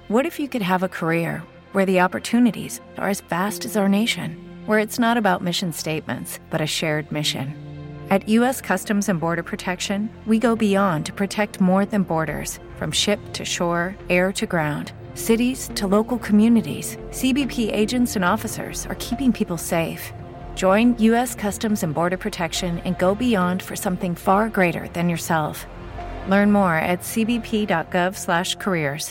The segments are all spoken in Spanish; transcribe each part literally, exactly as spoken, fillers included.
What if you could have a career where the opportunities are as vast as our nation, where it's not about mission statements, but a shared mission? At U S Customs and Border Protection, we go beyond to protect more than borders. From ship to shore, air to ground, cities to local communities, C B P agents and officers are keeping people safe. Join U S Customs and Border Protection and go beyond for something far greater than yourself. Learn more at c b p dot gov slash careers.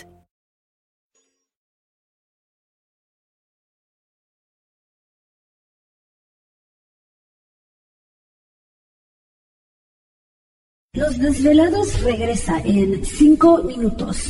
Los Desvelados regresa en cinco minutos.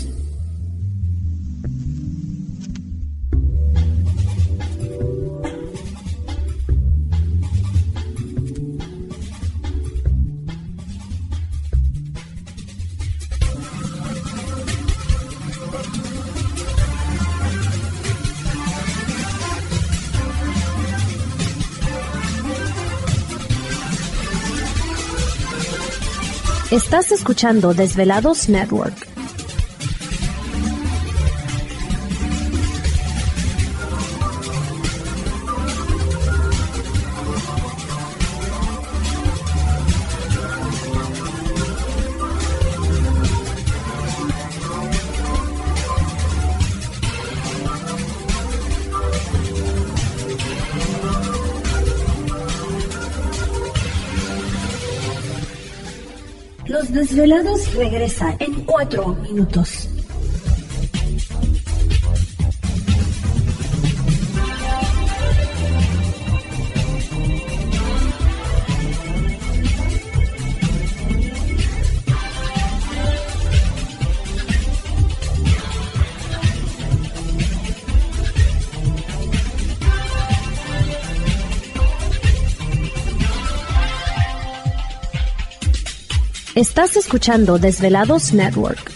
Estás escuchando Desvelados Network. Los Desvelados regresa en cuatro minutos. Estás escuchando Desvelados Network.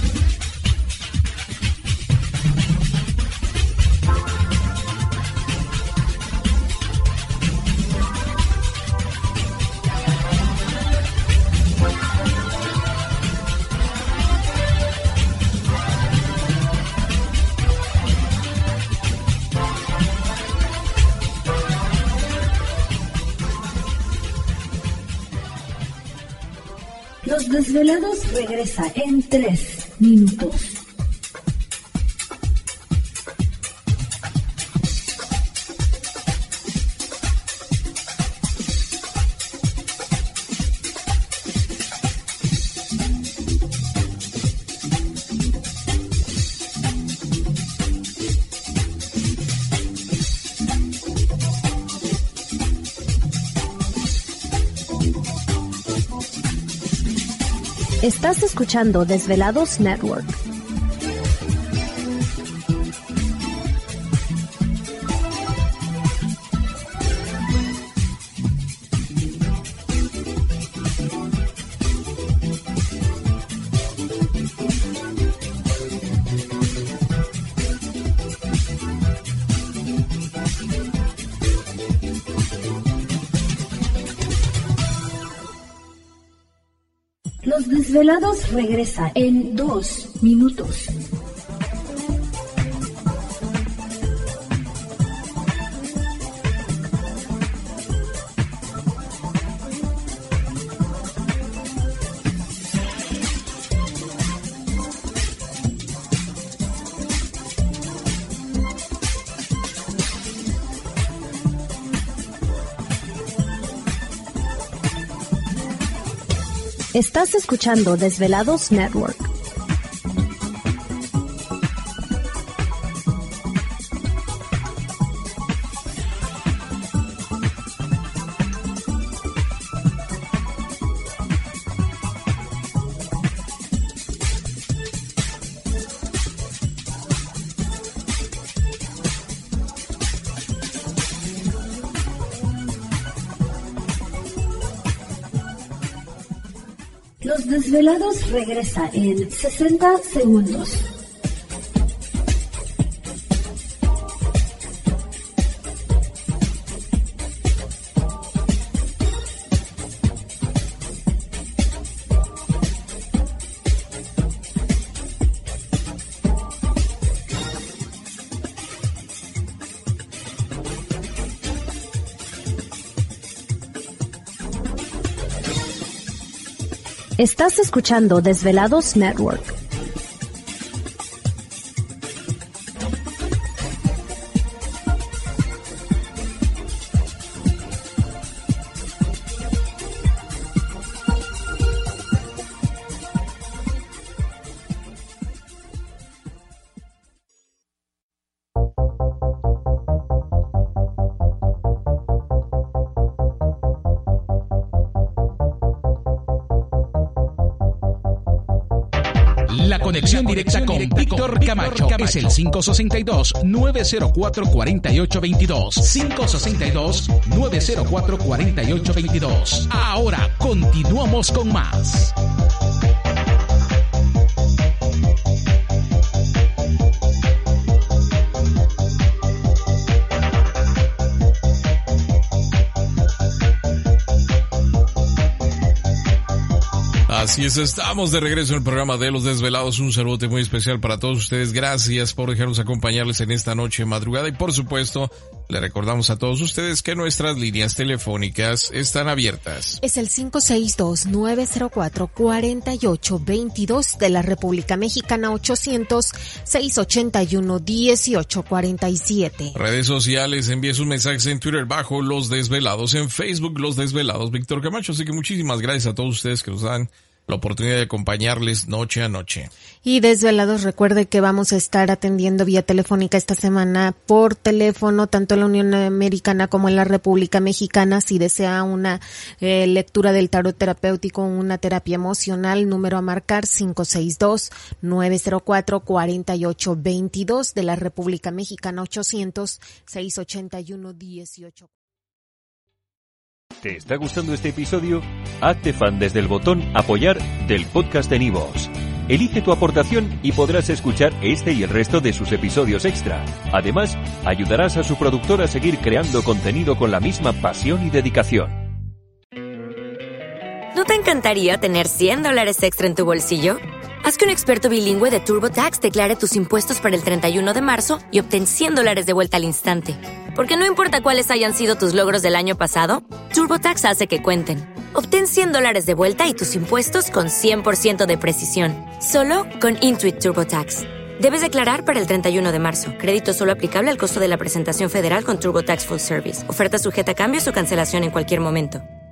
Los Desvelados regresa en tres minutos. Estás escuchando Desvelados Network. Los Desvelados regresa en dos minutos. Estás escuchando Desvelados Network. Los Desvelados regresa en sesenta segundos. Estás escuchando Desvelados Network. La conexión directa con Víctor Camacho es el cinco sesenta y dos, nueve cero cuatro, cuatro ocho dos dos. cinco sesenta y dos, nueve cero cuatro, cuatro ocho dos dos. Ahora continuamos con más. Así es, estamos de regreso en el programa de Los Desvelados. Un saludo muy especial para todos ustedes. Gracias por dejarnos acompañarles en esta noche madrugada. Y por supuesto, le recordamos a todos ustedes que nuestras líneas telefónicas están abiertas. Es el cinco seis dos, nueve cero cuatro, cuatro ocho dos dos de la República Mexicana, ochocientos, seiscientos ochenta y uno, dieciocho cuarenta y siete. Redes sociales, envíe sus mensajes en Twitter bajo Los Desvelados, en Facebook Los Desvelados Víctor Camacho. Así que muchísimas gracias a todos ustedes que nos dan la oportunidad de acompañarles noche a noche. Y Desvelados, recuerde que vamos a estar atendiendo vía telefónica esta semana por teléfono, tanto en la Unión Americana como en la República Mexicana. Si desea una eh, lectura del tarot terapéutico, una terapia emocional, número a marcar cinco seis dos, nueve cero cuatro, cuatro ocho dos dos de la República Mexicana, ochocientos, seiscientos ochenta y uno, dieciocho. ¿Te está gustando este episodio? Hazte fan desde el botón Apoyar del podcast de Nivos. Elige tu aportación y podrás escuchar este y el resto de sus episodios extra. Además, ayudarás a su productor a seguir creando contenido con la misma pasión y dedicación. ¿No te encantaría tener cien dólares extra en tu bolsillo? Haz que un experto bilingüe de TurboTax declare tus impuestos para el treinta y uno de marzo y obtén cien dólares de vuelta al instante. Porque no importa cuáles hayan sido tus logros del año pasado, TurboTax hace que cuenten. Obtén cien dólares de vuelta y tus impuestos con cien por ciento de precisión. Solo con Intuit TurboTax. Debes declarar para el treinta y uno de marzo. Crédito solo aplicable al costo de la presentación federal con TurboTax Full Service. Oferta sujeta a cambios o cancelación en cualquier momento.